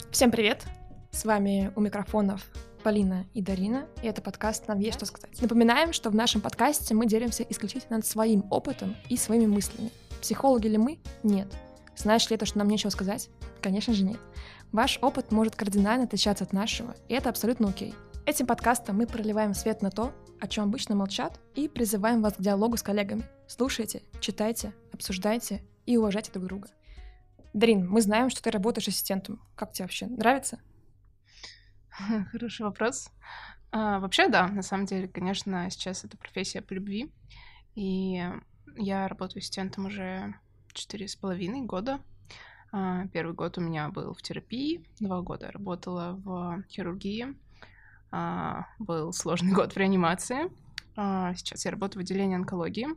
Всем привет! С вами у микрофонов Полина и Дарина, и это подкаст «Нам есть что сказать». Напоминаем, что в нашем подкасте мы делимся исключительно своим опытом и своими мыслями. Психологи ли мы? Нет. Знаешь ли это, что нам нечего сказать? Конечно же нет. Ваш опыт может кардинально отличаться от нашего, и это абсолютно окей. Этим подкастом мы проливаем свет на то, о чем обычно молчат, и призываем вас к диалогу с коллегами. Слушайте, читайте, обсуждайте и уважайте друг друга. Дарин, мы знаем, что ты работаешь ассистентом. Как тебе вообще? Нравится? Хороший вопрос. Вообще, да, на самом деле, конечно, сейчас это профессия по любви. И я работаю ассистентом уже 4,5 года. Первый год у меня был в терапии, 2 года я работала в хирургии. Был сложный год в реанимации. Сейчас я работаю в отделении онкологии.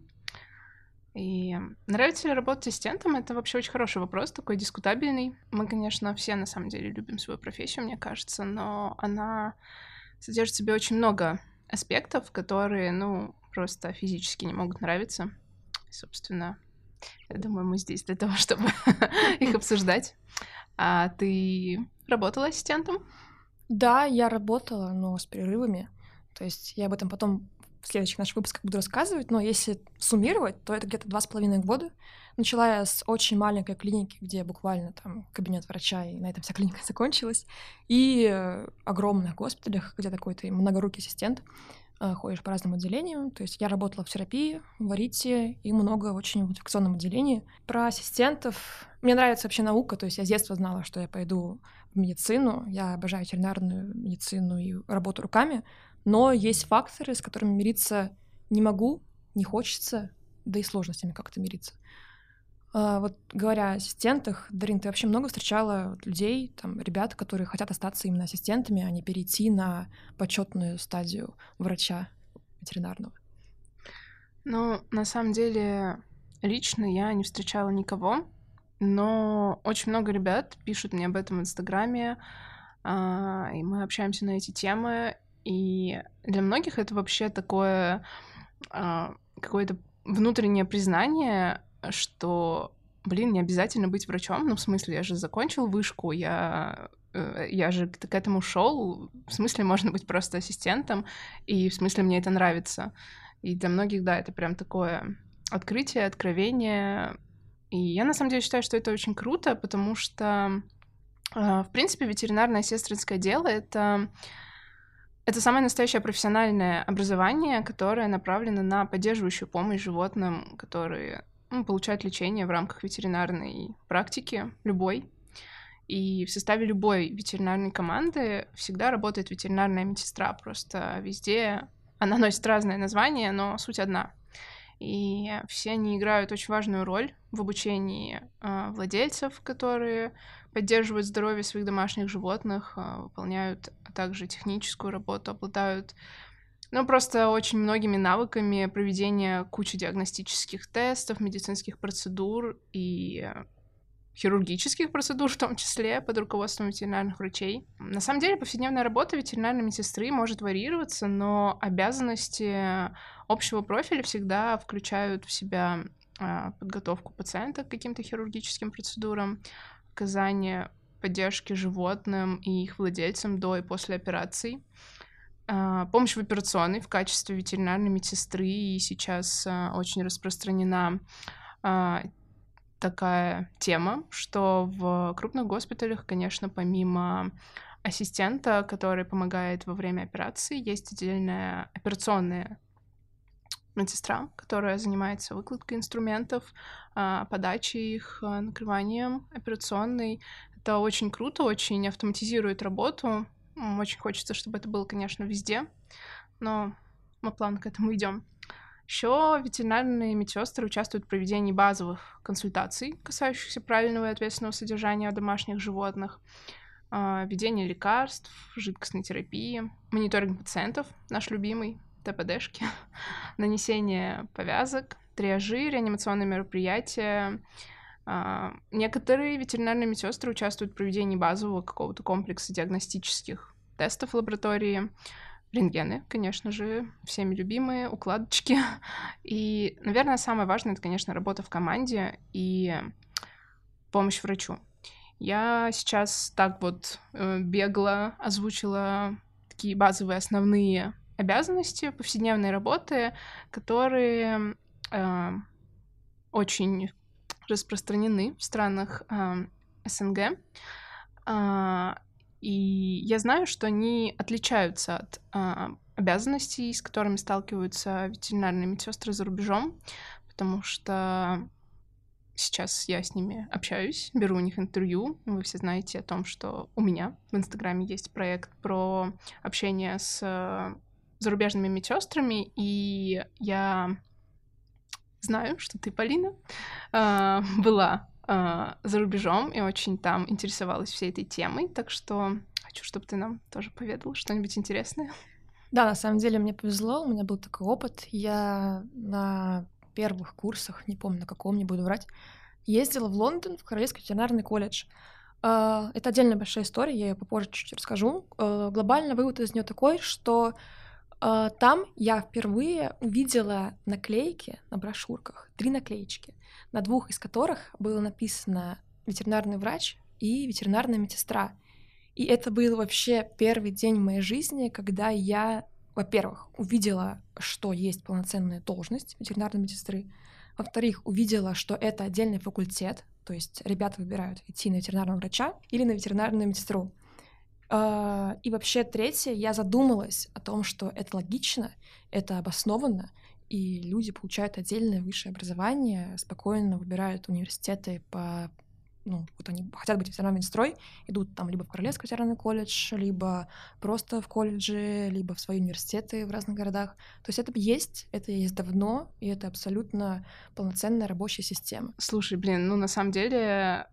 И нравится ли работать ассистентом? Это вообще очень хороший вопрос, такой дискутабельный. Мы, конечно, все на самом деле любим свою профессию, мне кажется, но она содержит в себе очень много аспектов, которые, просто физически не могут нравиться. И, собственно, я думаю, мы здесь для того, чтобы их обсуждать. А ты работала ассистентом? Да, я работала, но с перерывами. То есть я об этом потом в следующих наших выпусках буду рассказывать, но если суммировать, то это где-то 2,5 года. Начала я с очень маленькой клиники, где буквально там кабинет врача, и на этом вся клиника закончилась, и огромных госпиталях, где такой ты многорукий ассистент, ходишь по разным отделениям. То есть я работала в терапии, в арите и много очень в инфекционном отделении. Про ассистентов... Мне нравится вообще наука, то есть я с детства знала, что я пойду в медицину. Я обожаю ветеринарную медицину и работу руками, но есть факторы, с которыми мириться не могу, не хочется, да и сложно с ними как-то мириться. Вот говоря о ассистентах, Дарин, ты вообще много встречала людей, там, ребят, которые хотят остаться именно ассистентами, а не перейти на почетную стадию врача ветеринарного? На самом деле, лично я не встречала никого, но очень много ребят пишут мне об этом в Инстаграме, и мы общаемся на эти темы. И для многих это вообще такое какое-то внутреннее признание, что, не обязательно быть врачом. Ну, в смысле, я же закончил вышку, я же к этому шел. В смысле, можно быть просто ассистентом, и в смысле, мне это нравится. И для многих, да, это прям такое открытие, откровение. И я, на самом деле, считаю, что это очень круто, потому что, в принципе, ветеринарное сестринское дело — это самое настоящее профессиональное образование, которое направлено на поддерживающую помощь животным, которые получают лечение в рамках ветеринарной практики, любой. И в составе любой ветеринарной команды всегда работает ветеринарная медсестра. Просто везде она носит разное название, но суть одна. И все они играют очень важную роль в обучении владельцев, которые поддерживают здоровье своих домашних животных, выполняют также техническую работу, обладают, просто очень многими навыками проведения кучи диагностических тестов, медицинских процедур и хирургических процедур в том числе, под руководством ветеринарных врачей. На самом деле, повседневная работа ветеринарной медсестры может варьироваться, но обязанности общего профиля всегда включают в себя подготовку пациента к каким-то хирургическим процедурам, оказание поддержки животным и их владельцам до и после операций, помощь в операционной в качестве ветеринарной медсестры. И сейчас очень распространена такая тема, что в крупных госпиталях, конечно, помимо ассистента, который помогает во время операции, есть отдельная операционная медсестра, которая занимается выкладкой инструментов, подачей их, накрыванием операционной. Это очень круто, очень автоматизирует работу. Очень хочется, чтобы это было, конечно, везде, но мы плавно к этому идем. Еще ветеринарные медсестры участвуют в проведении базовых консультаций, касающихся правильного и ответственного содержания домашних животных, введения лекарств, жидкостной терапии, мониторинг пациентов, наш любимый, ТПДшки, нанесение повязок, триажи, реанимационные мероприятия. Некоторые ветеринарные медсестры участвуют в проведении базового какого-то комплекса диагностических тестов в лаборатории, рентгены, конечно же, всеми любимые, укладочки. И, наверное, самое важное — это, конечно, работа в команде и помощь врачу. Я сейчас так вот бегло озвучила такие базовые основные обязанности повседневной работы, которые очень распространены в странах СНГ. И я знаю, что они отличаются от обязанностей, с которыми сталкиваются ветеринарные медсестры за рубежом, потому что сейчас я с ними общаюсь, беру у них интервью. Вы все знаете о том, что у меня в Инстаграме есть проект про общение с зарубежными медсестрами, и я знаю, что ты, Полина, была за рубежом и очень там интересовалась всей этой темой, так что хочу, чтобы ты нам тоже поведала что-нибудь интересное. Да, на самом деле мне повезло, у меня был такой опыт. Я на первых курсах, не помню на каком, не буду врать, ездила в Лондон, в Королевский ветеринарный колледж. Это отдельная большая история, я ее попозже чуть-чуть расскажу. Глобально вывод из нее такой, что там я впервые увидела наклейки на брошюрках, 3 наклеечки, на 2 из которых было написано «ветеринарный врач» и «ветеринарная медсестра». И это был вообще первый день в моей жизни, когда я, во-первых, увидела, что есть полноценная должность ветеринарной медсестры, во-вторых, увидела, что это отдельный факультет, то есть ребята выбирают идти на ветеринарного врача или на ветеринарную медсестру. И вообще, третье, я задумалась о том, что это логично, это обоснованно, и люди получают отдельное высшее образование, спокойно выбирают университеты по... Ну, вот они хотят быть ветеринарной медсестрой, идут там либо в Королевский ветеринарный колледж, либо просто в колледже, либо в свои университеты в разных городах. То есть это есть давно, и это абсолютно полноценная рабочая система. Слушай, блин, ну на самом деле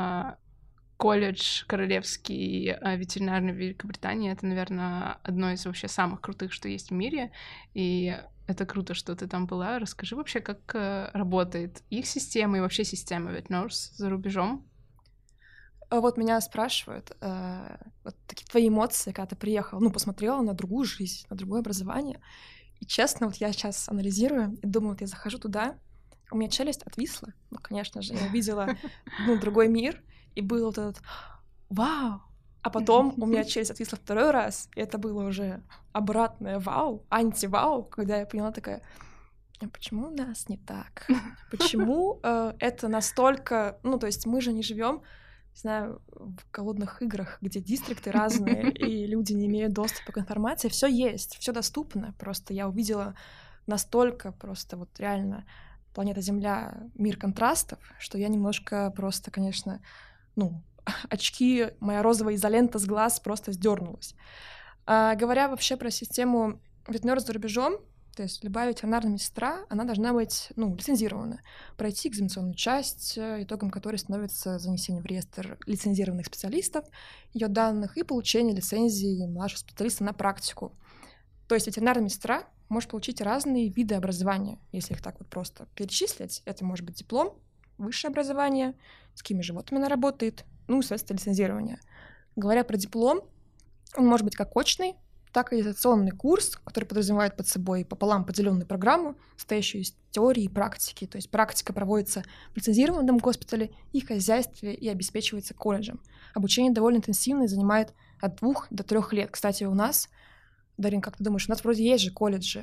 колледж Королевский ветеринарный в Великобритании — это, наверное, одно из вообще самых крутых, что есть в мире, и это круто, что ты там была. Расскажи вообще, как работает их система и вообще система ветнерс за рубежом. Вот меня спрашивают, вот такие твои эмоции, когда ты приехала, ну, посмотрела на другую жизнь, на другое образование. И честно, вот я сейчас анализирую и думаю, вот я захожу туда, у меня челюсть отвисла, ну, конечно же, я увидела, ну, другой мир, и был вот этот «Вау!». А потом у меня челюсть отвисла второй раз, и это было уже обратное «Вау!», анти-вау, когда я поняла такая: а почему у нас не так? Почему это настолько... Ну, то есть мы же не живем, не знаю, в голодных играх, где дистрикты разные, и люди не имеют доступа к информации. Все есть, все доступно. Просто я увидела настолько просто вот реально планета Земля, мир контрастов, что я немножко просто, конечно, ну, очки, моя розовая изолента с глаз просто сдернулась. Говоря вообще про систему ветнёрс за рубежом, то есть любая ветеринарная медсестра, она должна быть, ну, лицензирована, пройти экзаменационную часть, итогом которой становится занесение в реестр лицензированных специалистов, ее данных и получение лицензии младшего специалиста на практику. То есть ветеринарная медсестра может получить разные виды образования, если их так вот просто перечислить. Это может быть диплом, высшее образование, с какими животными она работает, ну и, соответственно, лицензирование. Говоря про диплом, он может быть как очный, так и дистанционный курс, который подразумевает под собой пополам поделенную программу, состоящую из теории и практики. То есть практика проводится в лицензированном госпитале и хозяйстве и обеспечивается колледжем. Обучение довольно интенсивное, занимает от 2 до 3 лет. Кстати, у нас, Дарин, как ты думаешь, у нас вроде есть же колледжи?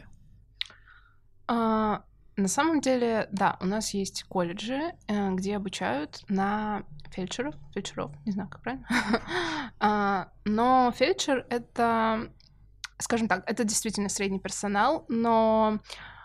На самом деле, да, у нас есть колледжи, где обучают на фельдшеров, не знаю, как правильно, но фельдшер — это, скажем так, это действительно средний персонал, но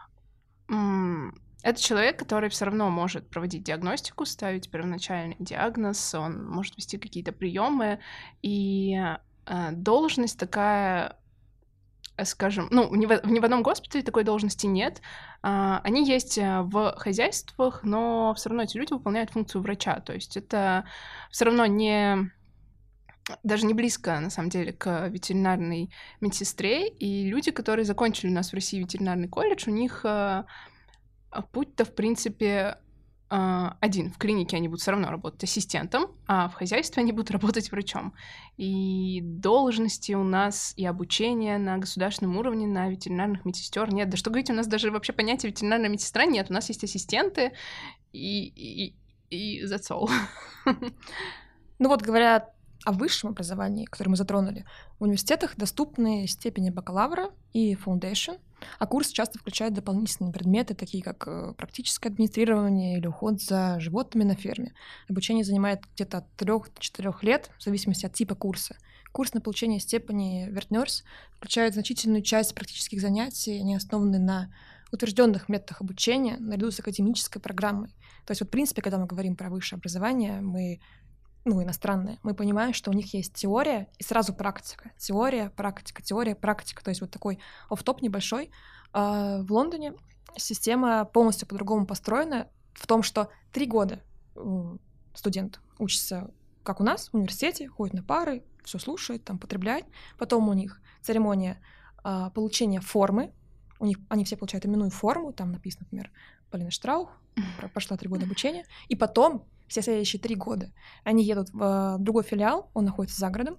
это человек, который все равно может проводить диагностику, ставить первоначальный диагноз, он может вести какие-то приемы, и должность такая, скажем, ну, ни в одном госпитале такой должности нет. Они есть в хозяйствах, но все равно эти люди выполняют функцию врача. То есть это все равно даже не близко, на самом деле, к ветеринарной медсестре. И люди, которые закончили у нас в России ветеринарный колледж, у них путь-то, в принципе, один. В клинике они будут все равно работать ассистентом, а в хозяйстве они будут работать врачом. И должности у нас, и обучение на государственном уровне на ветеринарных медсестер нет. Да что говорить, у нас даже вообще понятия ветеринарная медсестра нет. У нас есть ассистенты, и that's all. Ну вот, говоря о высшем образовании, которое мы затронули, в университетах доступны степени бакалавра и foundation, а курс часто включает дополнительные предметы, такие как практическое администрирование или уход за животными на ферме. Обучение занимает где-то от 3 до 4 лет, в зависимости от типа курса. Курс на получение степени Vet-Nurse включает значительную часть практических занятий, они основаны на утвержденных методах обучения наряду с академической программой. То есть, вот, в принципе, когда мы говорим про высшее образование, иностранные, мы понимаем, что у них есть теория и сразу практика. Теория, практика, теория, практика. То есть вот такой офф-топ небольшой. В Лондоне система полностью по-другому построена в том, что 3 года студент учится, как у нас, в университете, ходит на пары, все слушает, там потребляет. Потом у них церемония получения формы. Они все получают именную форму, там написано, например, Полина Штраух, прошла 3 года обучения. И потом все следующие 3 года они едут в другой филиал, он находится за городом,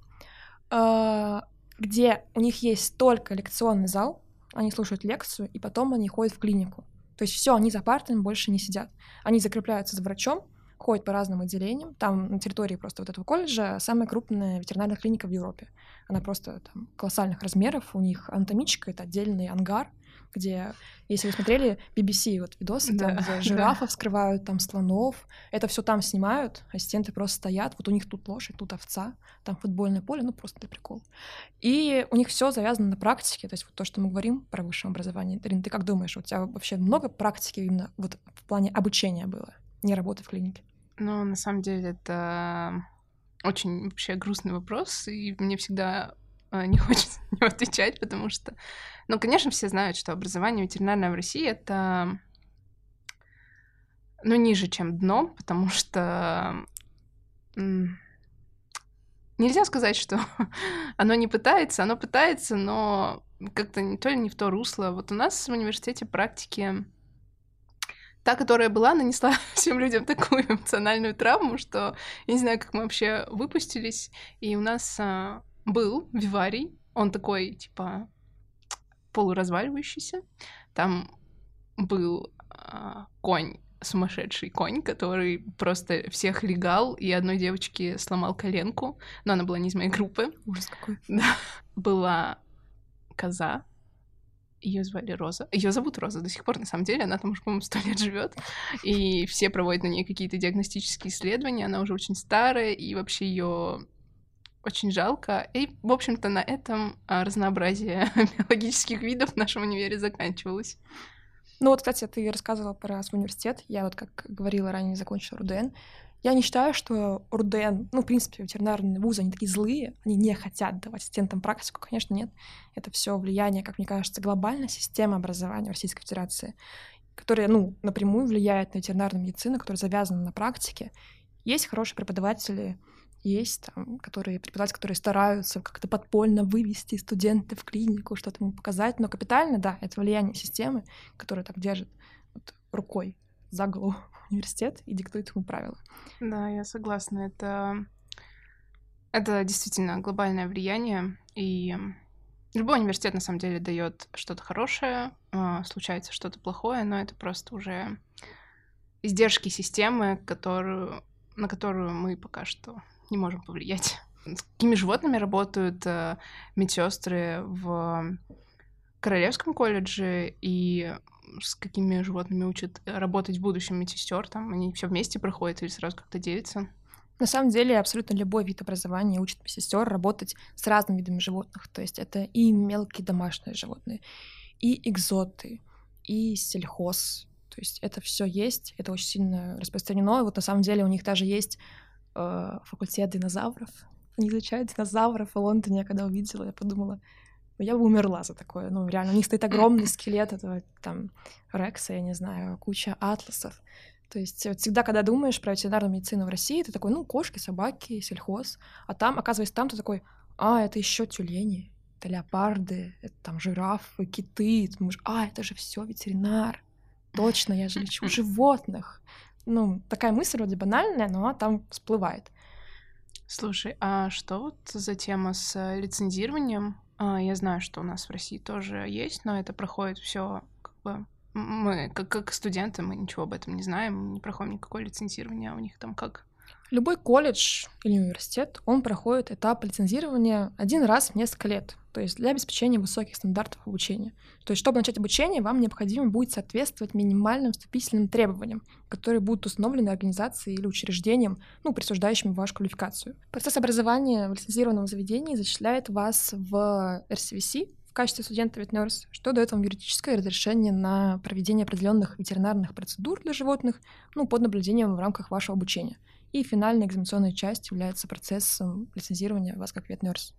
где у них есть только лекционный зал, они слушают лекцию, и потом они ходят в клинику. То есть все, они за партами больше не сидят. Они закрепляются за врачом, ходят по разным отделениям. Там на территории просто вот этого колледжа самая крупная ветеринарная клиника в Европе. Она просто там колоссальных размеров. У них анатомичка — это отдельный ангар, где, если вы смотрели BBC, вот видосы, там, где жирафов вскрывают, там слонов, это все там снимают, ассистенты просто стоят, вот у них тут лошадь, тут овца, там футбольное поле, ну просто для прикола. И у них все завязано на практике, то есть вот то, что мы говорим про высшее образование. Ирина, ты как думаешь, у тебя вообще много практики именно вот в плане обучения было, не работы в клинике? Ну, на самом деле, это очень вообще грустный вопрос, и мне всегда не хочется на него отвечать, потому что, ну, конечно, все знают, что образование ветеринарное в России — это, ну, ниже, чем дно, потому что нельзя сказать, что оно пытается, но как-то то ли не в то русло. Вот у нас в университете практики... Та, которая была, нанесла всем людям такую эмоциональную травму, что я не знаю, как мы вообще выпустились. И у нас был виварий, он такой, типа, полуразваливающийся. Там был конь, сумасшедший конь, который просто всех легал, и одной девочке сломал коленку, но она была не из моей группы. Ужас какой. Да. Была коза. Ее звали Роза. Ее зовут Роза до сих пор, на самом деле. Она там уже, по-моему, 100 лет живет. И все проводят на ней какие-то диагностические исследования. Она уже очень старая, и вообще ее очень жалко. И, в общем-то, на этом разнообразие биологических видов в нашем универе заканчивалось. Ну вот, кстати, ты рассказывала про свой университет. Я вот, как говорила ранее, закончила РУДН. Я не считаю, что РУДН, ну, в принципе, ветеринарные вузы, они такие злые, они не хотят давать студентам практику. Конечно, нет. Это все влияние, как мне кажется, глобальной системы образования в Российской Федерации, которая, ну, напрямую влияет на ветеринарную медицину, которая завязана на практике. Есть хорошие преподаватели, есть там, преподаватели, которые стараются как-то подпольно вывести студентов в клинику, что-то ему показать, но капитально, да, это влияние системы, которая так держит вот рукой за голову университет и диктует ему правила. Да, я согласна. Это действительно глобальное влияние, и любой университет на самом деле дает что-то хорошее, случается что-то плохое, но это просто уже издержки системы, на которую мы пока что не можем повлиять. С какими животными работают медсестры в Королевском колледже и с какими животными учат работать в будущем медсестер? Там они все вместе проходят или сразу как-то делятся? На самом деле абсолютно любой вид образования учит медсестер работать с разными видами животных. То есть это и мелкие домашние животные, и экзоты, и сельхоз. То есть это все есть, это очень сильно распространено. И вот на самом деле у них даже есть факультет динозавров. Они изучают динозавров в Лондоне. Я когда увидела, я подумала, я бы умерла за такое. Ну, реально, у них стоит огромный скелет этого там Рекса, я не знаю, куча атласов. То есть вот всегда, когда думаешь про ветеринарную медицину в России, ты такой, ну, кошки, собаки, сельхоз. А там, оказывается, там ты такой, это еще тюлени, это леопарды, это там жирафы, киты. Ты думаешь, это же все ветеринар. Точно, я же лечу животных. Ну, такая мысль вроде банальная, но она там всплывает. Слушай, а что вот за тема с лицензированием? Я знаю, что у нас в России тоже есть, но это проходит все как бы... Мы, как студенты, мы ничего об этом не знаем, не проходим никакое лицензирование, а у них там как? Любой колледж или университет, он проходит этап лицензирования один раз в несколько лет, то есть для обеспечения высоких стандартов обучения. То есть, чтобы начать обучение, вам необходимо будет соответствовать минимальным вступительным требованиям, которые будут установлены организацией или учреждением, присуждающим вашу квалификацию. Процесс образования в лицензированном заведении зачисляет вас в RCVC в качестве студента ветнёрс, что дает вам юридическое разрешение на проведение определенных ветеринарных процедур для животных, под наблюдением в рамках вашего обучения. И финальная экзаменационная часть является процессом лицензирования вас как ветнёрс.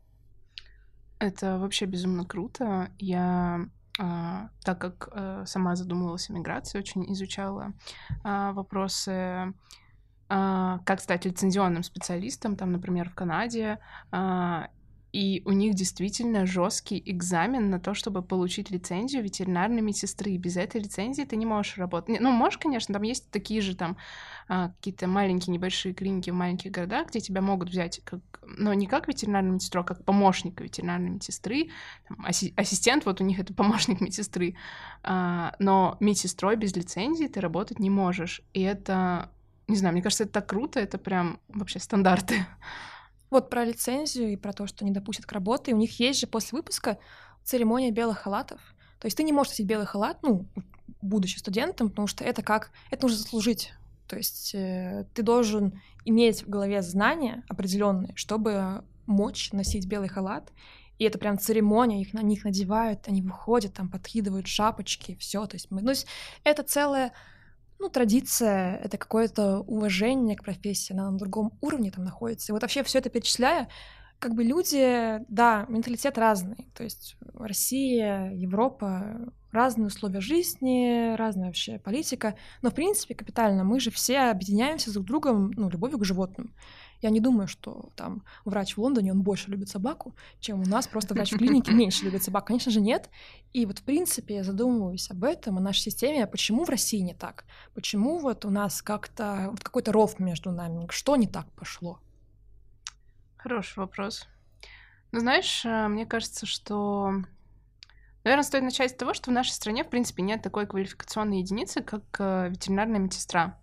Это вообще безумно круто. Я, так как сама задумывалась о миграции, очень изучала вопросы, как стать лицензионным специалистом, там, например, в Канаде, и у них действительно жесткий экзамен на то, чтобы получить лицензию ветеринарной медсестры. Без этой лицензии ты не можешь работать. Можешь, конечно, там есть такие же там какие-то маленькие небольшие клиники в маленьких городах, где тебя могут взять не как ветеринарную медсестру, а как помощника ветеринарной медсестры. Там, ассистент, вот у них это помощник медсестры. Но медсестрой без лицензии ты работать не можешь. И это, не знаю, мне кажется, это так круто, это прям вообще стандарты. Вот про лицензию и про то, что не допустят к работе. У них есть же после выпуска церемония белых халатов. То есть ты не можешь носить белый халат, будучи студентом, потому что это нужно заслужить. То есть ты должен иметь в голове знания определенные, чтобы мочь носить белый халат. И это прям церемония, их на них надевают, они выходят, там подкидывают шапочки, все. То есть это целая традиция, это какое-то уважение к профессии, она на другом уровне там находится. И вот вообще все это перечисляя, как бы люди, да, менталитет разный. То есть Россия, Европа, разные условия жизни, разная вообще политика. Но, в принципе, капитально мы же все объединяемся друг с другом, любовью к животным. Я не думаю, что там врач в Лондоне, он больше любит собаку, чем у нас просто врач в клинике меньше любит собак. Конечно же, нет. И вот, в принципе, я задумываюсь об этом, о нашей системе, почему в России не так? Почему вот у нас как-то какой-то ров между нами? Что не так пошло? Хороший вопрос. Знаешь, мне кажется, что, наверное, стоит начать с того, что в нашей стране, в принципе, нет такой квалификационной единицы, как ветеринарная медсестра.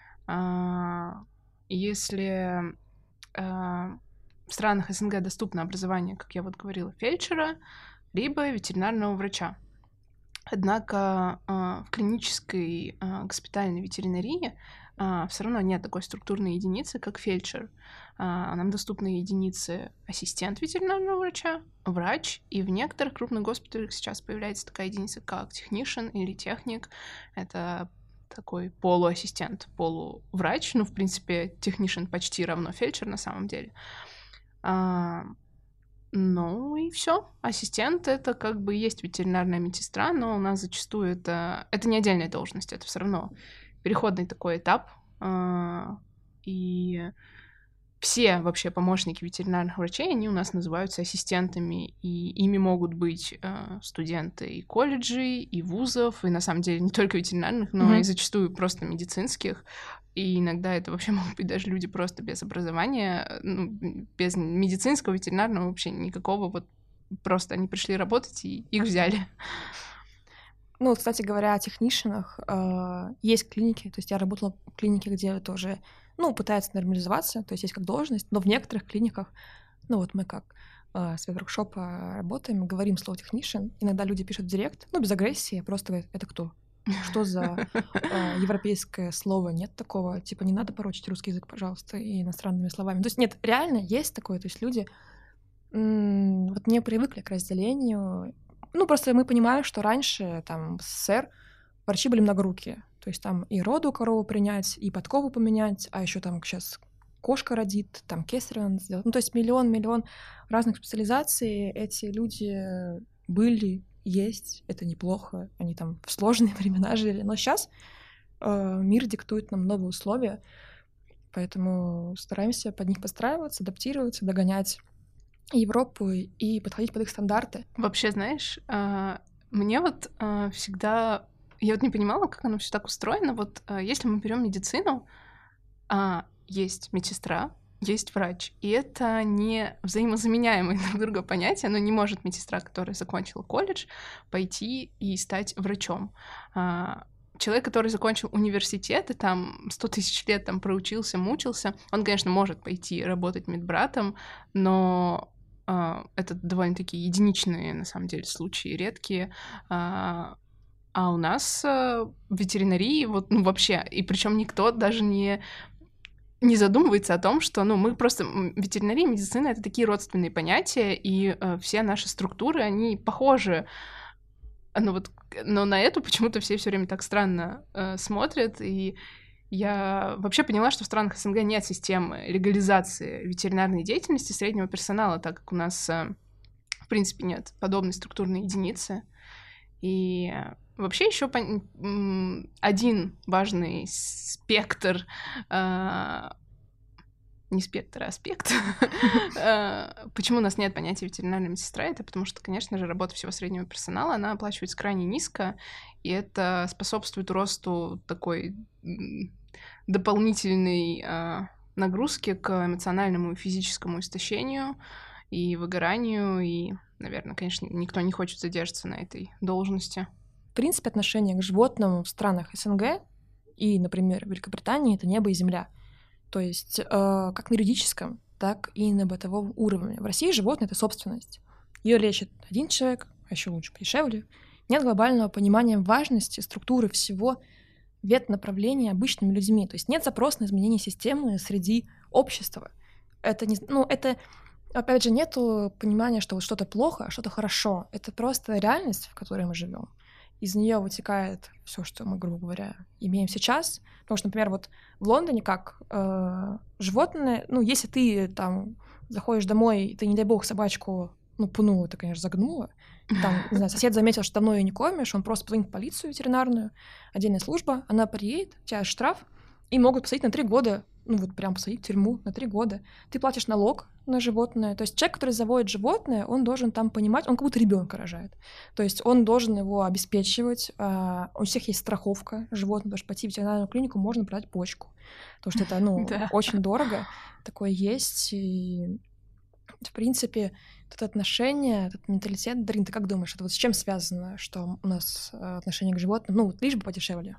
Если в странах СНГ доступно образование, как я вот говорила, фельдшера, либо ветеринарного врача. Однако в клинической госпитальной ветеринарии все равно нет такой структурной единицы, как фельдшер. Нам доступны единицы ассистент ветеринарного врача, врач, и в некоторых крупных госпиталях сейчас появляется такая единица, как технишен или техник. Это такой полуассистент, полуврач. В принципе, технишен почти равно фельдшер на самом деле. И все. Ассистент — это как бы есть ветеринарная медсестра, но у нас зачастую это не отдельная должность, это все равно переходный такой этап. И все вообще помощники ветеринарных врачей, они у нас называются ассистентами, и ими могут быть студенты и колледжей, и вузов, и на самом деле не только ветеринарных, но и зачастую просто медицинских. И иногда это вообще могут быть даже люди просто без образования, без медицинского, ветеринарного вообще никакого, просто они пришли работать, и их взяли. Кстати говоря, о технишенах, есть клиники, то есть я работала в клинике, где это уже, пытается нормализоваться, то есть есть как должность, но в некоторых клиниках, мы как с ветворкшопа работаем, говорим слово технишен, иногда люди пишут в директ, без агрессии, просто говорят, это кто? Что за европейское слово? Нет такого, типа, не надо порочить русский язык, пожалуйста, и иностранными словами. То есть нет, реально есть такое, то есть люди не привыкли к разделению. Просто мы понимаем, что раньше, там, в СССР врачи были многорукие. То есть там и роду корову принять, и подкову поменять, а еще там сейчас кошка родит, там кесарево надо сделать. То есть миллион разных специализаций. Эти люди были, есть, это неплохо. Они там в сложные времена жили. Но сейчас мир диктует нам новые условия, поэтому стараемся под них подстраиваться, адаптироваться, догонять Европу и подходить под их стандарты. Вообще, знаешь, мне всегда... Я не понимала, как оно все так устроено. Если мы берем медицину, есть медсестра, есть врач, и это не взаимозаменяемые друг друга понятия, но не может медсестра, которая закончила колледж, пойти и стать врачом. человек, который закончил университет и там 100 тысяч лет там проучился, мучился, он, конечно, может пойти работать медбратом, но это довольно-таки единичные, на самом деле, случаи, редкие. А у нас в ветеринарии вот, ну, вообще, и причем никто даже не задумывается о том, что, ну, мы просто... Ветеринария и медицина — это такие родственные понятия, и все наши структуры, они похожи. Но на эту почему-то все время так странно смотрят, и я вообще поняла, что в странах СНГ нет системы легализации ветеринарной деятельности среднего персонала, так как у нас, в принципе, нет подобной структурной единицы. И вообще еще один важный спектр, не спектр, а аспект, почему у нас нет понятия ветеринарная медсестра, это потому что, конечно же, работа всего среднего персонала, она оплачивается крайне низко, и это способствует росту такой дополнительной нагрузки к эмоциональному и физическому истощению и выгоранию, и, наверное, конечно, никто не хочет задержаться на этой должности. В принципе, отношение к животным в странах СНГ и, например, в Великобритании — это небо и земля. То есть как на юридическом, так и на бытовом уровне. В России животное — это собственность. Ее лечит один человек, а еще лучше подешевле. Нет глобального понимания важности структуры всего ветнаправления обычными людьми. То есть нет запроса на изменение системы среди общества. Это не, это, опять же, нету понимания, что вот что-то плохо, а что-то хорошо. Это просто реальность, в которой мы живем. Из нее вытекает все, что мы, грубо говоря, имеем сейчас. Потому что, например, вот в Лондоне как животное, если ты там заходишь домой, и ты, не дай бог, собачку, пнула, это, конечно, загнула, там, не знаю, сосед заметил, что давно ее не кормишь, он просто позвонит в полицию ветеринарную, отдельная служба, она приедет, у тебя штраф, и могут посадить на 3 года, прям посадить в тюрьму на 3 года. Ты платишь налог на животное. То есть человек, который заводит животное, он должен там понимать, он как будто ребенка рожает. То есть он должен его обеспечивать. У всех есть страховка животных, потому что пойти в ветеринарную клинику можно продать почку. Потому что это, очень дорого. Такое есть. И, в принципе, это отношение, этот менталитет. Дарин, ты как думаешь, это вот с чем связано, что у нас отношение к животным, лишь бы подешевле?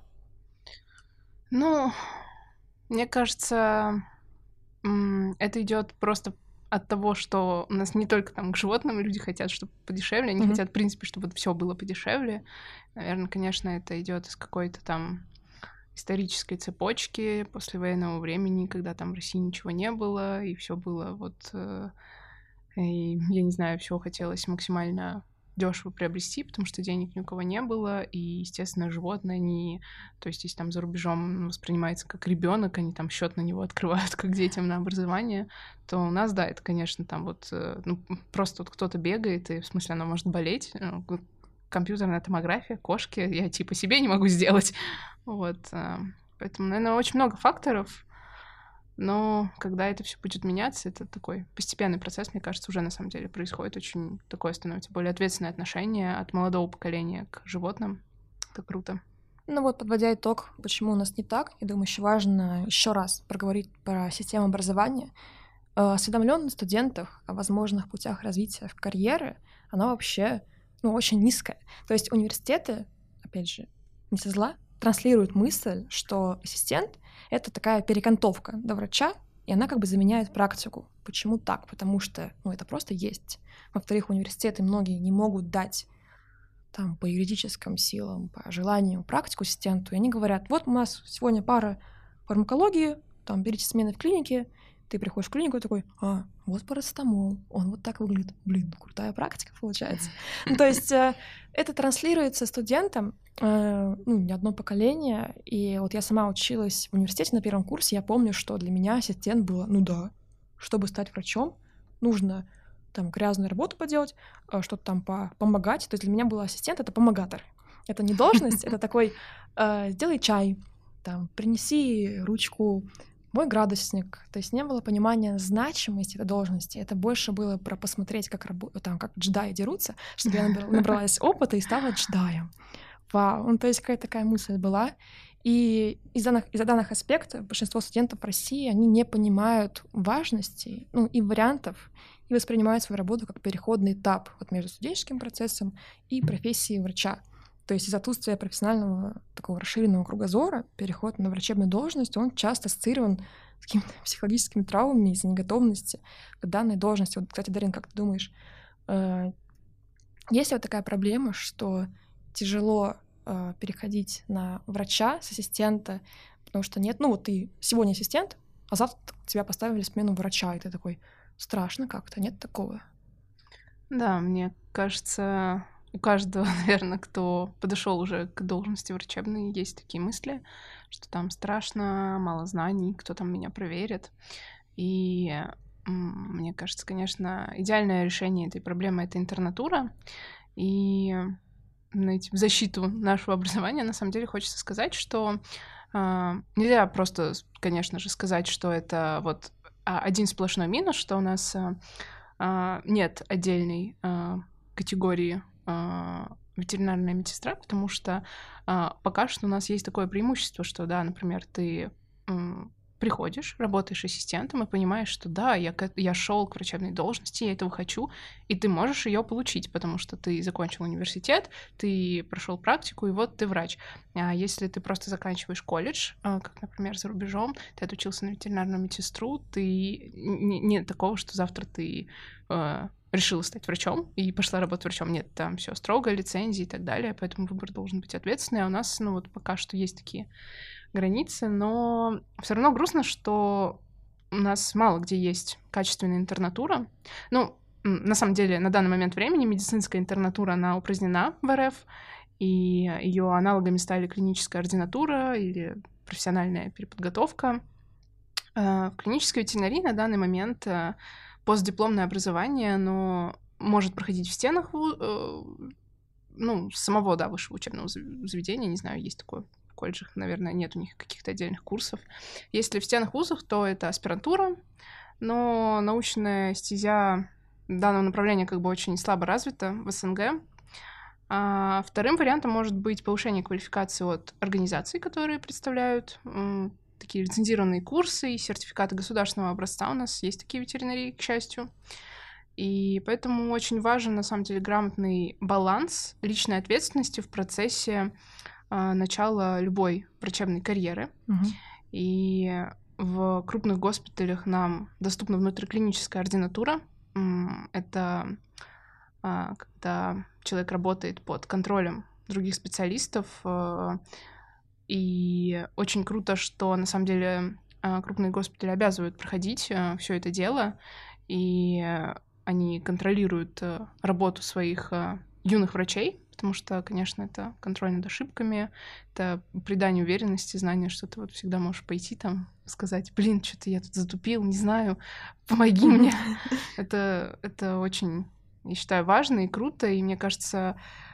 Мне кажется, это идет просто от того, что у нас не только там к животным люди хотят, чтобы подешевле, они хотят, в принципе, чтобы все было подешевле. Наверное, конечно, это идет из какой-то там исторической цепочки послевоенного времени, когда там в России ничего не было, и все было и, я не знаю, все хотелось максимально дешево приобрести, потому что денег ни у кого не было, и, естественно, животные, они, то есть, если там за рубежом воспринимается как ребенок, они там счет на него открывают, как детям на образование, то у нас, да, это, конечно, там просто кто-то бегает, и, в смысле, она может болеть, компьютерная томография, кошки, я типа себе не могу сделать, поэтому, наверное, очень много факторов. Но когда это все будет меняться, это такой постепенный процесс, мне кажется, уже на самом деле происходит. Очень такое становится более ответственное отношение от молодого поколения к животным. Это круто. Подводя итог, почему у нас не так, я думаю, еще важно еще раз проговорить про систему образования. Осведомленность студентов о возможных путях развития в карьере, она вообще, очень низкая. То есть университеты, опять же, не со зла, транслируют мысль, что ассистент — это такая перекантовка до врача, и она как бы заменяет практику. Почему так? Потому что, это просто есть. Во-вторых, университеты многие не могут дать там по юридическим силам, по желанию практику ассистенту, и они говорят, вот у нас сегодня пара фармакологии, там берите смены в клинике, ты приходишь в клинику и такой, вот парацетамол, он вот так выглядит. Блин, крутая практика получается. То есть это транслируется студентам, не одно поколение. И вот я сама училась в университете на 1 курсе, я помню, что для меня ассистент было, чтобы стать врачом, нужно там грязную работу поделать, что-то там помогать. То есть для меня был ассистент — это помогатор. Это не должность, это такой, сделай чай, там, принеси ручку, мой градусник. То есть не было понимания значимости этой должности. Это больше было про посмотреть, как джедаи дерутся, чтобы я набралась опыта и стала джедаем. Вау. То есть какая-то такая мысль была. И из-за данных аспектов большинство студентов России, они не понимают важности, и вариантов, и воспринимают свою работу как переходный этап между студенческим процессом и профессией врача. То есть из-за отсутствия профессионального такого расширенного кругозора переход на врачебную должность, он часто ассоциирован с какими-то психологическими травмами из-за неготовности к данной должности. Вот, кстати, Дарин, как ты думаешь, есть ли вот такая проблема, что тяжело переходить на врача с ассистента, потому что нет, ну вот ты сегодня ассистент, а завтра тебя поставили в смену врача, и ты такой, страшно как-то, нет такого? Да, мне кажется, у каждого, наверное, кто подошел уже к должности врачебной, есть такие мысли, что там страшно, мало знаний, кто там меня проверит. И мне кажется, конечно, идеальное решение этой проблемы — это интернатура. И знаете, в защиту нашего образования на самом деле хочется сказать, что нельзя просто, конечно же, сказать, что это вот один сплошной минус, что у нас нет отдельной категории ветеринарная медсестра, потому что пока что у нас есть такое преимущество, что, да, например, ты приходишь, работаешь ассистентом и понимаешь, что да, я шел к врачебной должности, я этого хочу, и ты можешь ее получить, потому что ты закончил университет, ты прошел практику, и вот ты врач. А если ты просто заканчиваешь колледж, как, например, за рубежом, ты отучился на ветеринарную медсестру, ты нет такого, что завтра ты решила стать врачом и пошла работать врачом. Нет, там все строго, лицензии и так далее, поэтому выбор должен быть ответственный. А у нас, ну вот пока что есть такие границы, но все равно грустно, что у нас мало где есть качественная интернатура. Ну, на самом деле, на данный момент времени медицинская интернатура, она упразднена в РФ, и ее аналогами стали клиническая ординатура или профессиональная переподготовка. В клинической ветеринарии на данный момент постдипломное образование, оно может проходить в стенах самого, да, высшего учебного заведения, не знаю, есть такое в колледжах, наверное, нет у них каких-то отдельных курсов. Если в стенах вузов, то это аспирантура, но научная стезя данного направления как бы очень слабо развита в СНГ. А вторым вариантом может быть повышение квалификации от организаций, которые представляют такие лицензированные курсы и сертификаты государственного образца. У нас есть такие ветеринарии, к счастью. И поэтому очень важен, на самом деле, грамотный баланс личной ответственности в процессе начала любой врачебной карьеры. И в крупных госпиталях нам доступна внутриклиническая ординатура. Это когда человек работает под контролем других специалистов. И очень круто, что на самом деле крупные госпитали обязывают проходить все это дело, и они контролируют работу своих юных врачей, потому что, конечно, это контроль над ошибками, это придание уверенности, знание, что ты вот всегда можешь пойти там, сказать, блин, что-то я тут затупил, не знаю, помоги мне. Это очень, я считаю, важно и круто, и мне кажется,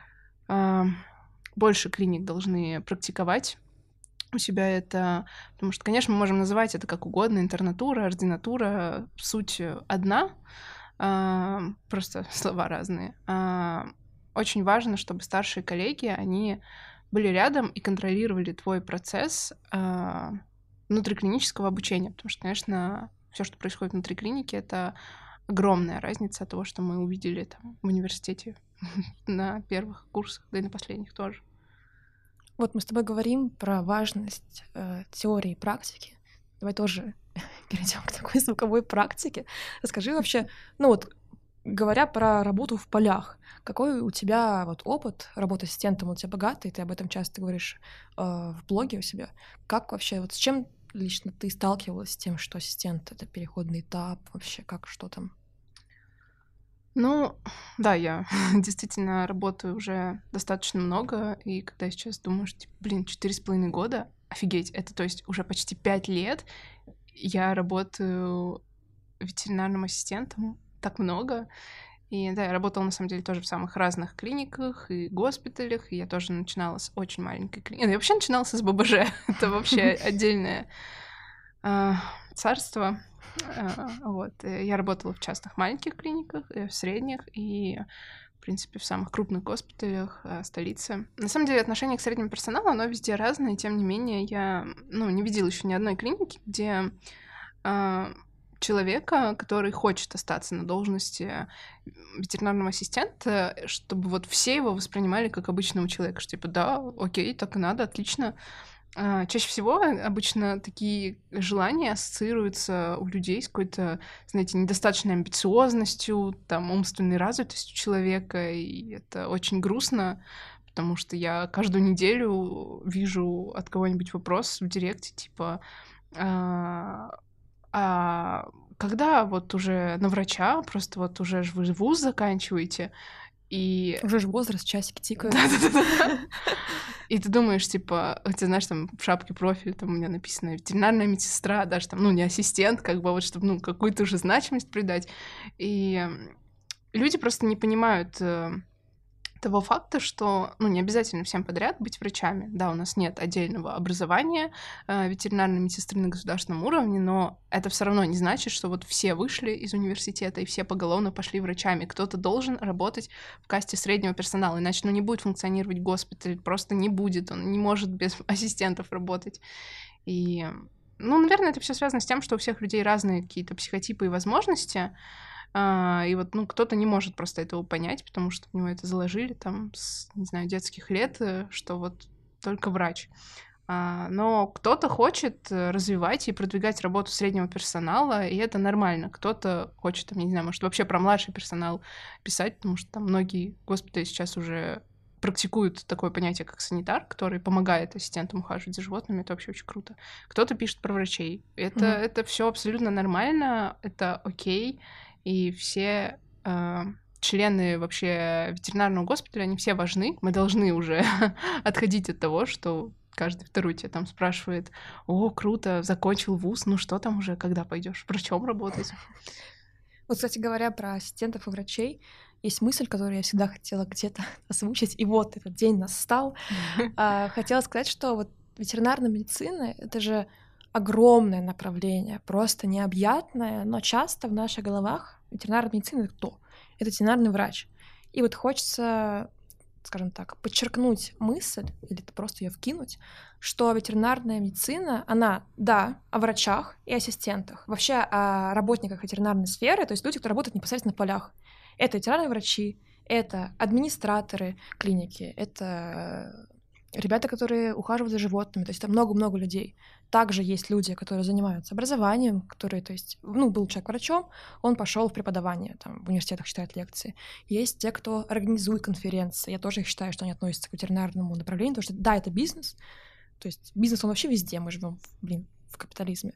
больше клиник должны практиковать у себя это, потому что, конечно, мы можем называть это как угодно, интернатура, ординатура, суть одна, просто слова разные. Очень важно, чтобы старшие коллеги, они были рядом и контролировали твой процесс внутриклинического обучения, потому что, конечно, все, что происходит внутри клиники, это огромная разница от того, что мы увидели там в университете на первых курсах, да и на последних тоже. Вот мы с тобой говорим про важность теории и практики. Давай тоже перейдем к такой звуковой практике. Расскажи вообще, ну вот, говоря про работу в полях, какой у тебя вот опыт работы ассистентом? У тебя богатый, ты об этом часто говоришь в блоге у себя. Как вообще, вот с чем лично ты сталкивалась с тем, что ассистент — это переходный этап, вообще как, что там? Ну, да, я действительно работаю уже достаточно много, и когда я сейчас думаю, что, типа, 4,5 года, офигеть, это, то есть, уже почти 5 лет я работаю ветеринарным ассистентом, так много. И да, я работала, на самом деле, тоже в самых разных клиниках и госпиталях, и я тоже начинала с очень маленькой клиники. Я вообще начинала с ББЖ, это вообще отдельное царство. Вот. Я работала в частных маленьких клиниках, в средних и, в принципе, в самых крупных госпиталях столицы. На самом деле, отношение к среднему персоналу, оно везде разное, тем не менее, я не видела еще ни одной клиники, где человека, который хочет остаться на должности ветеринарного ассистента, чтобы вот все его воспринимали как обычного человека, что типа да, окей, так и надо, отлично. Чаще всего обычно такие желания ассоциируются у людей с какой-то, знаете, недостаточной амбициозностью, там, умственной развитостью человека, и это очень грустно, потому что я каждую неделю вижу от кого-нибудь вопрос в директе, типа, а когда вот уже на врача, просто вот уже ж вы вуз заканчиваете, и Уже же возраст, часики тикают. да-да-да. И ты думаешь, типа, у тебя, знаешь, там в шапке профиль, там у меня написано ветеринарная медсестра, даже там, ну, не ассистент, как бы вот, чтобы, ну, какую-то уже значимость придать. И люди просто не понимают того факта, что, ну, не обязательно всем подряд быть врачами. Да, у нас нет отдельного образования ветеринарной медсестры на государственном уровне, но это все равно не значит, что вот все вышли из университета и все поголовно пошли врачами. Кто-то должен работать в касте среднего персонала, иначе, ну, не будет функционировать госпиталь, просто не будет, он не может без ассистентов работать. И, ну, наверное, это все связано с тем, что у всех людей разные какие-то психотипы и возможности. И вот, ну, кто-то не может просто этого понять, потому что в него это заложили там с, не знаю, детских лет, что вот только врач. Но кто-то хочет развивать и продвигать работу среднего персонала, и это нормально. Кто-то хочет, там, я не знаю, может, вообще про младший персонал писать, потому что там многие госпитали сейчас уже практикуют такое понятие, как санитар, который помогает ассистентам ухаживать за животными. Это вообще очень круто. Кто-то пишет про врачей. Это все абсолютно нормально, это окей. И все члены вообще ветеринарного госпиталя, они все важны. Мы должны уже отходить от того, что каждый второй тебя там спрашивает: о, круто, закончил вуз, ну что там уже, когда пойдешь врачом работать? Вот, кстати говоря, про ассистентов и врачей, есть мысль, которую я всегда хотела где-то озвучить, и вот этот день настал. Хотела сказать, что вот ветеринарная медицина — это же огромное направление, просто необъятное, но часто в наших головах ветеринарная медицина — это кто? Это ветеринарный врач. И вот хочется, скажем так, подчеркнуть мысль, или просто ее вкинуть, что ветеринарная медицина, она, да, о врачах и ассистентах, вообще о работниках ветеринарной сферы, то есть люди, которые работают непосредственно в полях. Это ветеринарные врачи, это администраторы клиники, это ребята, которые ухаживают за животными, то есть это много-много людей. Также есть люди, которые занимаются образованием, которые, то есть, ну, был человек врачом, он пошел в преподавание, там, в университетах читает лекции. Есть те, кто организует конференции. Я тоже их считаю, что они относятся к ветеринарному направлению, потому что, да, это бизнес, то есть бизнес, он вообще везде, мы живем, в капитализме.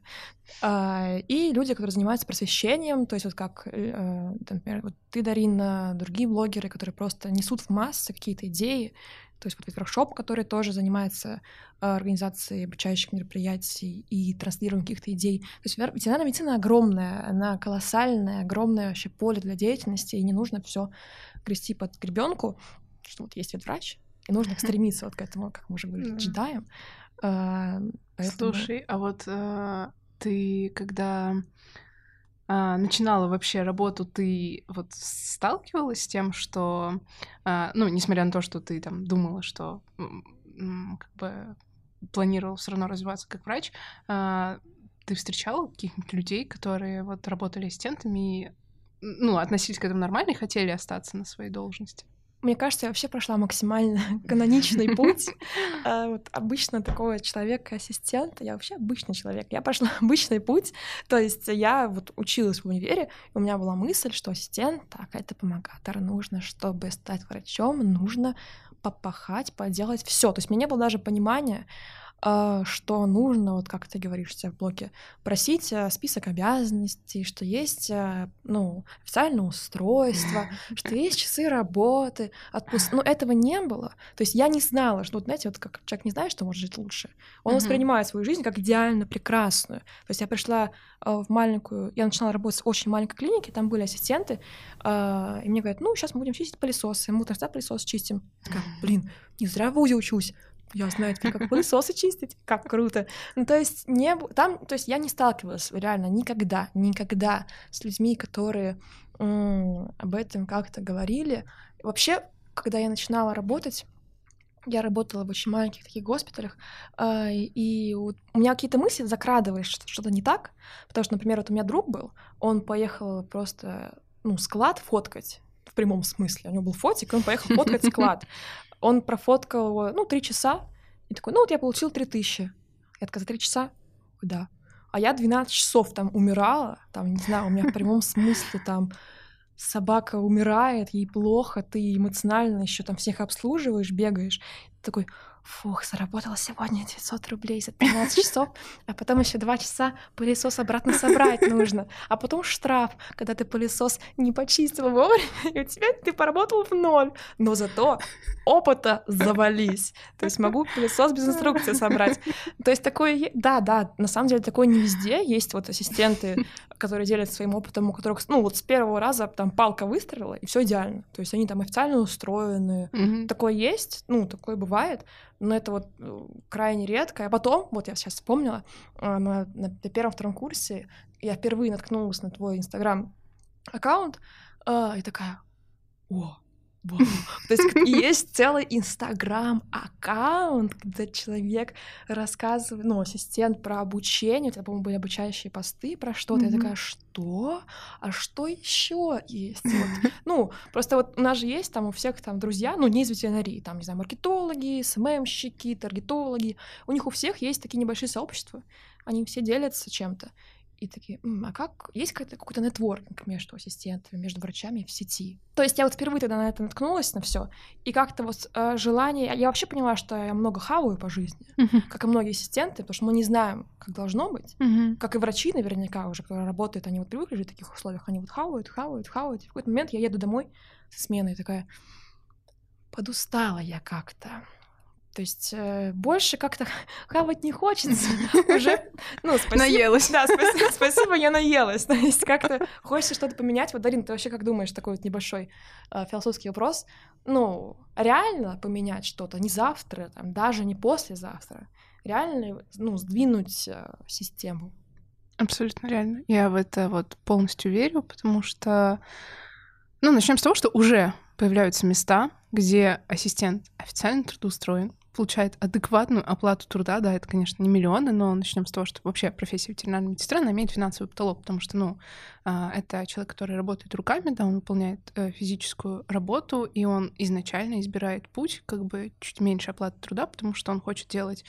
И люди, которые занимаются просвещением, то есть вот как, например, вот ты, Дарина, другие блогеры, которые просто несут в массы какие-то идеи, то есть вот ветворкшоп, который тоже занимается организацией обучающих мероприятий и транслированием каких-то идей. То есть ветеринарная медицина огромная, она колоссальная, огромное вообще поле для деятельности, и не нужно все грести под гребенку, что вот есть ветврач, и нужно стремиться вот к этому, как мы уже говорили, джедаям. Поэтому... Слушай, а вот ты, когда начинала вообще работу, ты вот сталкивалась с тем, что, ну, несмотря на то, что ты там думала, что как бы планировала все равно развиваться как врач, ты встречала каких-нибудь людей, которые вот работали ассистентами и, ну, относились к этому нормально и хотели остаться на своей должности? Мне кажется, я вообще прошла максимально каноничный путь. Вот обычно такого человека-ассистента, я вообще обычный человек, я прошла обычный путь, то есть я вот училась в универе, и у меня была мысль, что ассистент, так, это помогатор, нужно, чтобы стать врачом, нужно попахать, поделать все. То есть у меня не было даже понимания, что нужно, вот как ты говоришь у себя в блоге, просить список обязанностей, что есть, ну, официальное устройство, что есть часы работы, отпуск. Ну, этого не было. То есть я не знала, что, вот, знаете, вот как человек не знает, что может жить лучше, он воспринимает свою жизнь как идеально прекрасную. То есть я пришла в маленькую, я начинала работать в очень маленькой клинике, там были ассистенты, и мне говорят, ну, сейчас мы будем чистить пылесосы, мы тогда пылесос чистим. Я такая, блин, не зря в ВУЗе учусь. Я знаю теперь, как пылесосы чистить, как круто. Ну, то есть, то есть я не сталкивалась реально никогда с людьми, которые об этом как-то говорили. Вообще, когда я начинала работать, я работала в очень маленьких таких госпиталях, и вот у меня какие-то мысли закрадывались, что что-то не так, потому что, например, вот у меня друг был, он поехал просто, ну, склад фоткать, в прямом смысле. У него был фотик, и он поехал фоткать склад. Он профоткал его, ну, 3 часа, и такой, ну, вот я получил 3000. Я такая, за 3 часа? Да. А я 12 часов там умирала, там, не знаю, у меня в прямом смысле там собака умирает, ей плохо, ты эмоционально еще там всех обслуживаешь, бегаешь. Ты такой, фух, заработала сегодня 900 рублей за 13 часов, а потом еще 2 часа пылесос обратно собрать нужно, а потом штраф, когда ты пылесос не почистил вовремя, и у тебя ты поработал в ноль, но зато опыта завались. То есть могу пылесос без инструкции собрать. То есть такое, да, на самом деле такое не везде. Есть вот ассистенты, которые делятся своим опытом, у которых, ну, вот с первого раза там палка выстрелила, и все идеально. То есть они там официально устроены. Такое есть, ну, такое бывает, но это вот крайне редко. А потом, вот я сейчас вспомнила, на первом-втором курсе я впервые наткнулась на твой Инстаграм-аккаунт, и такая, о, вау. То есть есть целый Инстаграм-аккаунт, где человек рассказывает, ну, ассистент про обучение, у тебя, по-моему, были обучающие посты про что-то. Я такая, что? А что еще есть? Вот. Ну, просто вот у нас же есть там у всех там друзья, ну, не из ветеринарии, там, не знаю, маркетологи, СММщики, таргетологи. У них у всех есть такие небольшие сообщества, они все делятся чем-то. И такие, а как? Есть какой-то нетворкинг между ассистентами, между врачами в сети? То есть я вот впервые тогда на это наткнулась, на все, и как-то вот желание... Я вообще поняла, что я много хаваю по жизни, как и многие ассистенты, потому что мы не знаем, как должно быть. Как и врачи наверняка уже, которые работают, они вот привыкли жить в таких условиях, они вот хавают. И в какой-то момент я еду домой со смены и такая, подустала я как-то. То есть больше как-то хавать не хочется. Уже, ну, спасибо. Наелась. Да, спасибо, я наелась. То есть как-то хочется что-то поменять. Вот, Дарина, ты вообще как думаешь, такой вот небольшой философский вопрос? Ну, реально поменять что-то не завтра, там, даже не послезавтра? Реально, ну, сдвинуть систему? Абсолютно реально. Я в это вот полностью верю, потому что... Ну, начнем с того, что уже появляются места, где ассистент официально трудоустроен, получает адекватную оплату труда. Да, это, конечно, не миллионы, но начнем с того, что вообще профессия ветеринарного медсестра, она имеет финансовый потолок, потому что, ну, это человек, который работает руками, да, он выполняет физическую работу, и он изначально избирает путь, как бы чуть меньше оплаты труда, потому что он хочет делать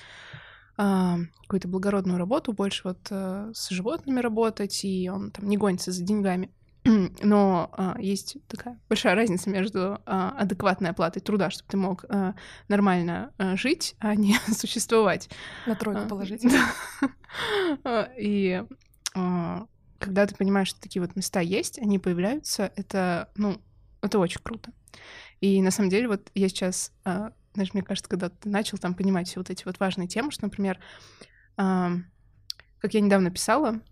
какую-то благородную работу, больше вот с животными работать, и он там не гонится за деньгами. Но есть такая большая разница между адекватной оплатой труда, чтобы ты мог нормально жить, а не существовать. На тройку положить. И когда ты понимаешь, что такие вот места есть, они появляются, это, ну, это очень круто. И на самом деле вот я сейчас, знаешь, мне кажется, когда ты начал там понимать все вот эти вот важные темы, что, например, как я недавно писала,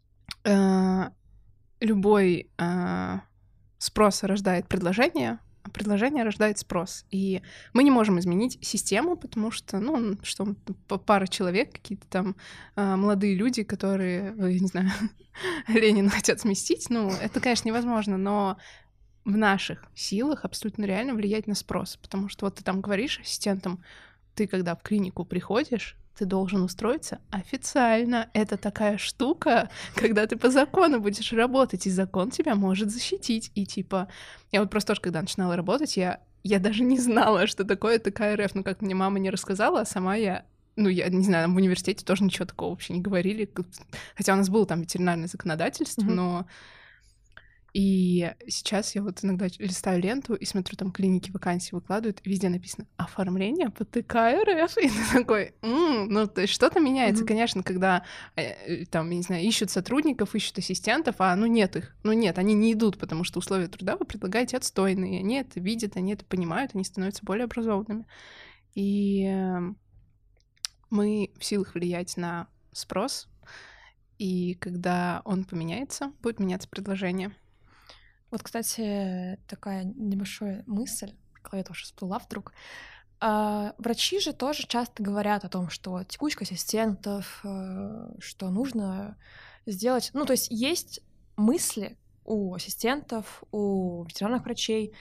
любой спрос рождает предложение, а предложение рождает спрос. И мы не можем изменить систему, потому что, ну, что пара человек, какие-то там молодые люди, которые, я не знаю, Ленина хотят сместить, ну, это, конечно, невозможно, но в наших силах абсолютно реально влиять на спрос, потому что вот ты там говоришь ассистентам, ты когда в клинику приходишь, ты должен устроиться официально. Это такая штука, когда ты по закону будешь работать, и закон тебя может защитить. И типа, я вот просто тоже, когда начинала работать, я даже не знала, что такое ТК РФ. Ну, как мне мама не рассказала, а сама я, ну, я не знаю, в университете тоже ничего такого вообще не говорили. Хотя у нас было там ветеринарное законодательство, но... И сейчас я вот иногда листаю ленту и смотрю, там клиники вакансии выкладывают, и везде написано «Оформление по ТК РФ». И ты такой, ну, то есть что-то меняется, конечно, когда там, я не знаю, ищут сотрудников, ищут ассистентов, а ну нет их, ну нет, они не идут, потому что условия труда вы предлагаете отстойные, они это видят, они это понимают, они становятся более образованными. И мы в силах влиять на спрос, и когда он поменяется, будет меняться предложение. Вот, кстати, такая небольшая мысль, в голове тоже всплыла вдруг. Врачи же тоже часто говорят о том, что текучка ассистентов, что нужно сделать... Ну, то есть мысли у ассистентов, у ветеринарных врачей.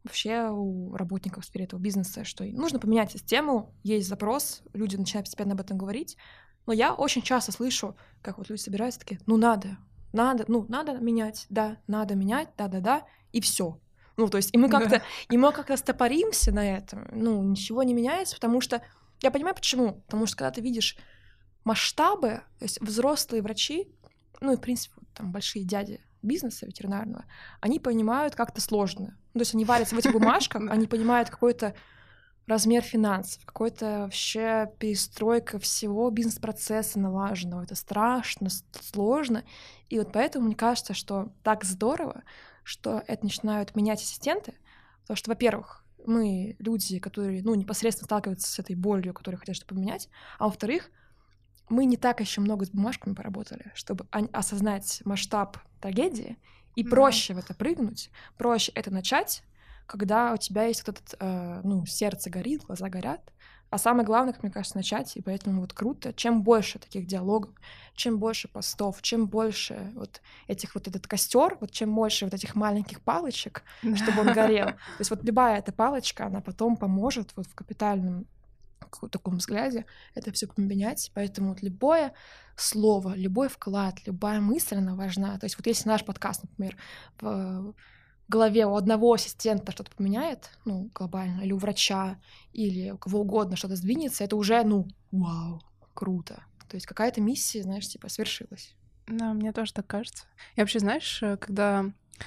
вообще у работников сферы этого бизнеса, что нужно поменять систему, есть запрос, люди начинают постепенно об этом говорить. Но я очень часто слышу, как вот люди собираются такие, надо менять, да, надо менять, да, и все. То есть, и мы как-то стопоримся на этом, ничего не меняется, потому что я понимаю, почему. Потому что когда ты видишь масштабы, то есть взрослые врачи, и, в принципе, там большие дяди бизнеса ветеринарного, они понимают, как это сложно. То есть они варятся в этих бумажках, они понимают какой-то размер финансов, какой-то вообще перестройка всего бизнес-процесса налаженного. Это страшно, сложно. И вот поэтому мне кажется, что так здорово, что это начинают менять ассистенты, потому что, во-первых, мы люди, которые, непосредственно сталкиваются с этой болью, которую хотят что-то поменять, а во-вторых, мы не так еще много с бумажками поработали, чтобы осознать масштаб трагедии, и проще в это прыгнуть, проще это начать, когда у тебя есть вот этот, сердце горит, глаза горят. А самое главное, как мне кажется, начать, и поэтому вот круто, чем больше таких диалогов, чем больше постов, чем больше вот этих вот этот костер, вот чем больше вот этих маленьких палочек, чтобы он горел. То есть вот любая эта палочка, она потом поможет вот в капитальном таком взгляде это все поменять. Поэтому вот любое слово, любой вклад, любая мысль, она важна. То есть вот если наш подкаст, например, в голове у одного ассистента что-то поменяет, глобально, или у врача, или у кого угодно что-то сдвинется, это уже, вау, круто. То есть какая-то миссия, знаешь, типа свершилась. Да, мне тоже так кажется. Я вообще, знаешь, когда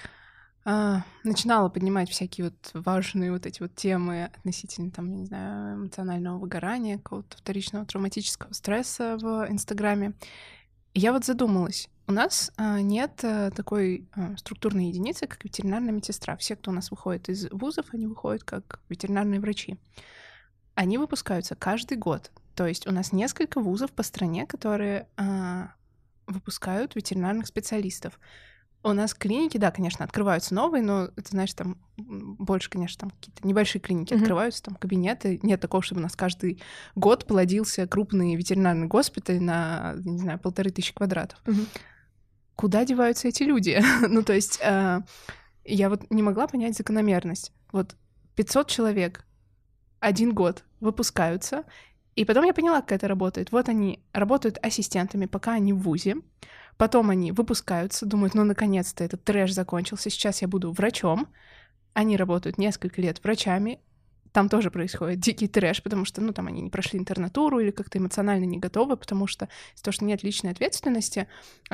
начинала поднимать всякие вот важные вот эти вот темы относительно, там, я не знаю, эмоционального выгорания, какого-то вторичного травматического стресса в Инстаграме, я вот задумалась. У нас нет такой структурной единицы, как ветеринарная медсестра. Все, кто у нас выходит из вузов, они выходят как ветеринарные врачи. Они выпускаются каждый год. То есть у нас несколько вузов по стране, которые выпускают ветеринарных специалистов. У нас клиники, да, конечно, открываются новые, но это, знаешь, там больше, конечно, там какие-то небольшие клиники открываются, там кабинеты. Нет такого, чтобы у нас каждый год плодился крупный ветеринарный госпиталь на, не знаю, 1500 квадратов. Куда деваются эти люди? То есть я вот не могла понять закономерность. Вот 500 человек 1 год выпускаются, и потом я поняла, как это работает. Вот они работают ассистентами, пока они в вузе. Потом они выпускаются, думают, наконец-то этот трэш закончился, сейчас я буду врачом. Они работают несколько лет врачами. Там тоже происходит дикий трэш, потому что, там они не прошли интернатуру или как-то эмоционально не готовы, потому что из-за того, что нет личной ответственности,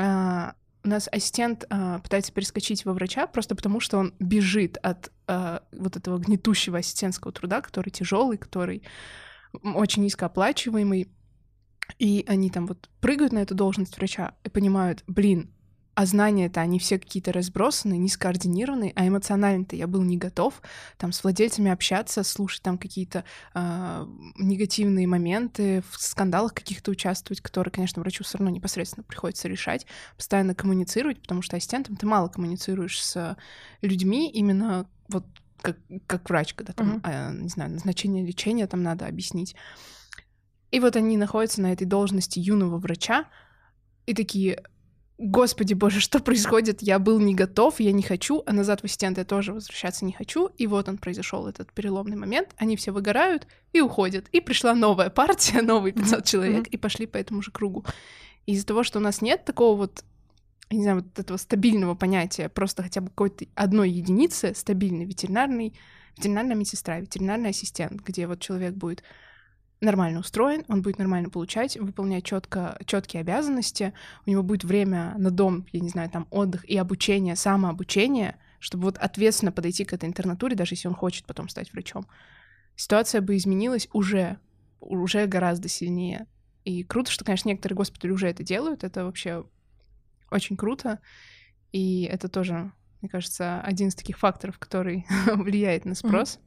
у нас ассистент пытается перескочить во врача просто потому, что он бежит от вот этого гнетущего ассистентского труда, который тяжелый, который очень низкооплачиваемый. И они там вот прыгают на эту должность врача и понимают, а знания-то они все какие-то разбросанные, нескоординированные, а эмоционально-то я был не готов там с владельцами общаться, слушать там какие-то негативные моменты, в скандалах каких-то участвовать, которые, конечно, врачу все равно непосредственно приходится решать, постоянно коммуницировать, потому что ассистентом ты мало коммуницируешь с людьми, именно вот как врач, когда там, не знаю, назначение лечения там надо объяснить. И вот они находятся на этой должности юного врача и такие: «Господи боже, что происходит? Я был не готов, я не хочу, а назад в ассистента я тоже возвращаться не хочу». И вот он произошел этот переломный момент, они все выгорают и уходят. И пришла новая партия, новые 500 человек, и пошли по этому же кругу. И из-за того, что у нас нет такого вот, я не знаю, вот этого стабильного понятия, просто хотя бы какой-то одной единицы стабильной ветеринарная медсестра, ветеринарный ассистент, где вот человек будет нормально устроен, он будет нормально получать, выполнять четкие обязанности, у него будет время на дом, я не знаю, там отдых и обучение, самообучение, чтобы вот ответственно подойти к этой интернатуре, даже если он хочет потом стать врачом. Ситуация бы изменилась уже гораздо сильнее. И круто, что, конечно, некоторые госпитали уже это делают, это вообще очень круто, и это тоже, мне кажется, один из таких факторов, который влияет на спрос.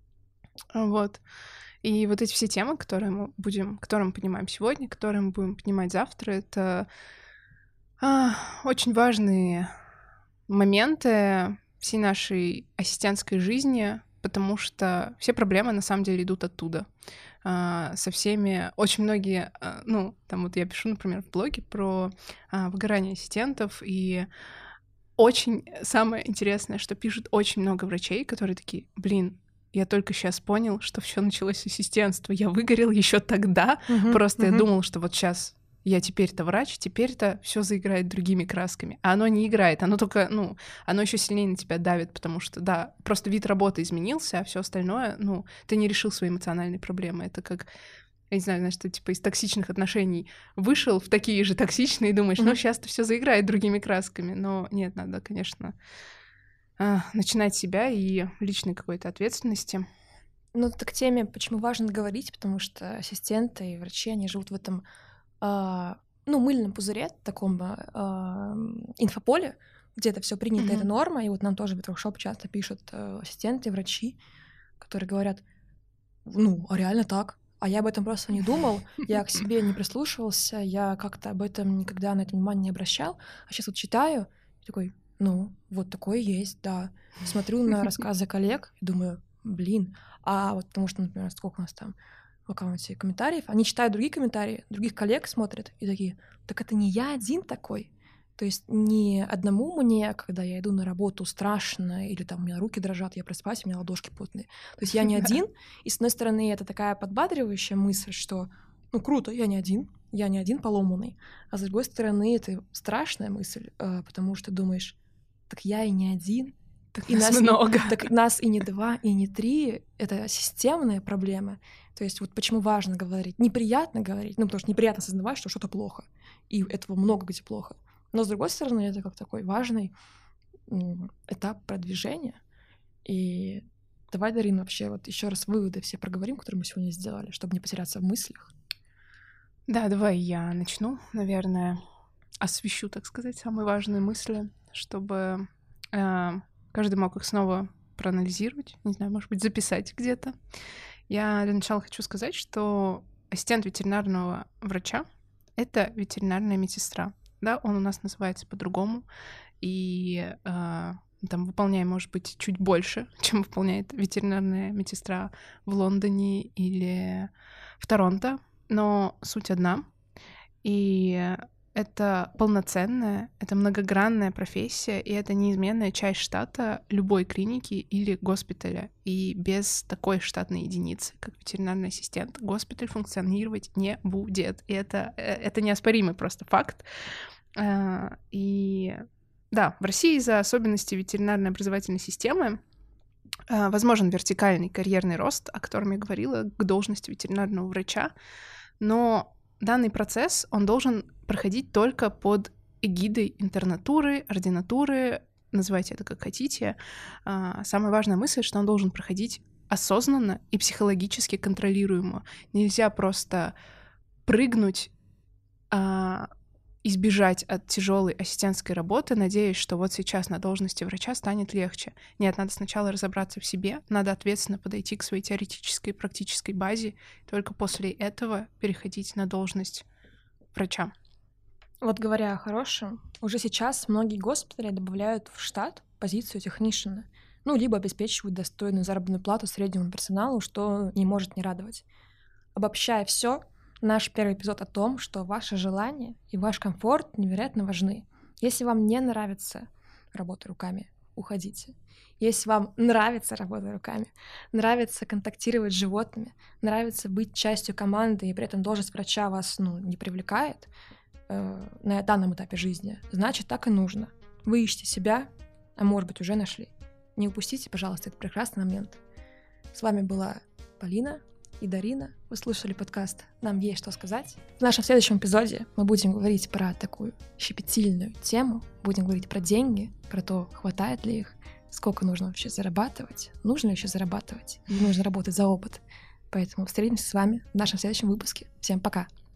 Вот. И вот эти все темы, которые мы поднимаем сегодня, которые мы будем поднимать завтра, это очень важные моменты всей нашей ассистентской жизни, потому что все проблемы на самом деле идут оттуда. Со всеми, очень многие, там вот я пишу, например, в блоге про выгорание ассистентов, и очень самое интересное, что пишут очень много врачей, которые такие: блин, я только сейчас понял, что все началось с ассистентства. Я выгорел еще тогда. Просто я думал, что вот сейчас я теперь-то врач, теперь-то все заиграет другими красками. А оно не играет, оно только, оно еще сильнее на тебя давит, потому что, да, просто вид работы изменился, а все остальное, ты не решил свои эмоциональные проблемы. Это как, я не знаю, знаешь, ты типа из токсичных отношений вышел в такие же токсичные и думаешь, сейчас-то все заиграет другими красками. Но нет, надо, конечно, начинать с себя и личной какой-то ответственности. Ну, это к теме, почему важно говорить, потому что ассистенты и врачи, они живут в этом, мыльном пузыре, таком инфополе, где это все принято, это норма, и вот нам тоже в ветрушоп часто пишут ассистенты, врачи, которые говорят: а реально так? А я об этом просто не думал, я к себе не прислушивался, я как-то об этом никогда на это внимание не обращал, а сейчас вот читаю, и такой: вот такое есть, да. Смотрю на рассказы коллег и думаю: блин, а вот потому что, например, сколько у нас там в аккаунте комментариев, они читают другие комментарии, других коллег смотрят и такие: так это не я один такой. То есть не одному мне, когда я иду на работу, страшно, или там у меня руки дрожат, я просыпаюсь, у меня ладошки потные. То есть я не один, и с одной стороны это такая подбадривающая мысль, что круто, я не один поломанный, а с другой стороны это страшная мысль, потому что думаешь: так я и не один, так и нас много. Так нас и не 2, и не 3, это системная проблема. То есть вот почему важно говорить. Неприятно говорить, потому что неприятно осознавать, что что-то плохо, и этого много где плохо. Но, с другой стороны, это как такой важный этап продвижения. И давай, Дарина, вообще вот еще раз выводы все проговорим, которые мы сегодня сделали, чтобы не потеряться в мыслях. Да, давай я начну, наверное, освещу, так сказать, самые важные мысли, чтобы каждый мог их снова проанализировать, не знаю, может быть, записать где-то. Я для начала хочу сказать, что ассистент ветеринарного врача — это ветеринарная медсестра. Да, он у нас называется по-другому, и там выполняем, может быть, чуть больше, чем выполняет ветеринарная медсестра в Лондоне или в Торонто, но суть одна. И это полноценная, это многогранная профессия, и это неизменная часть штата любой клиники или госпиталя. И без такой штатной единицы, как ветеринарный ассистент, госпиталь функционировать не будет. И это неоспоримый просто факт. И да, в России из-за особенностей ветеринарной образовательной системы возможен вертикальный карьерный рост, о котором я говорила, к должности ветеринарного врача, но данный процесс, он должен проходить только под эгидой интернатуры, ординатуры, называйте это как хотите. Самая важная мысль, что он должен проходить осознанно и психологически контролируемо. Нельзя просто прыгнуть, избежать от тяжелой ассистентской работы, надеясь, что вот сейчас на должности врача станет легче. Нет, надо сначала разобраться в себе, надо ответственно подойти к своей теоретической и практической базе, только после этого переходить на должность врача. Вот говоря о хорошем, уже сейчас многие госпитали добавляют в штат позицию технишена, либо обеспечивают достойную заработную плату среднему персоналу, что не может не радовать. Обобщая все, наш первый эпизод о том, что ваше желание и ваш комфорт невероятно важны. Если вам не нравится работа руками, уходите. Если вам нравится работа руками, нравится контактировать с животными, нравится быть частью команды, и при этом должность врача вас не привлекает на данном этапе жизни, значит, так и нужно. Вы ищете себя, а может быть, уже нашли. Не упустите, пожалуйста, этот прекрасный момент. С вами была Полина и Дарина. Вы слушали подкаст «Нам есть что сказать». В нашем следующем эпизоде мы будем говорить про такую щепетильную тему, будем говорить про деньги, про то, хватает ли их, сколько нужно вообще зарабатывать, нужно ли еще зарабатывать, или нужно работать за опыт. Поэтому встретимся с вами в нашем следующем выпуске. Всем пока!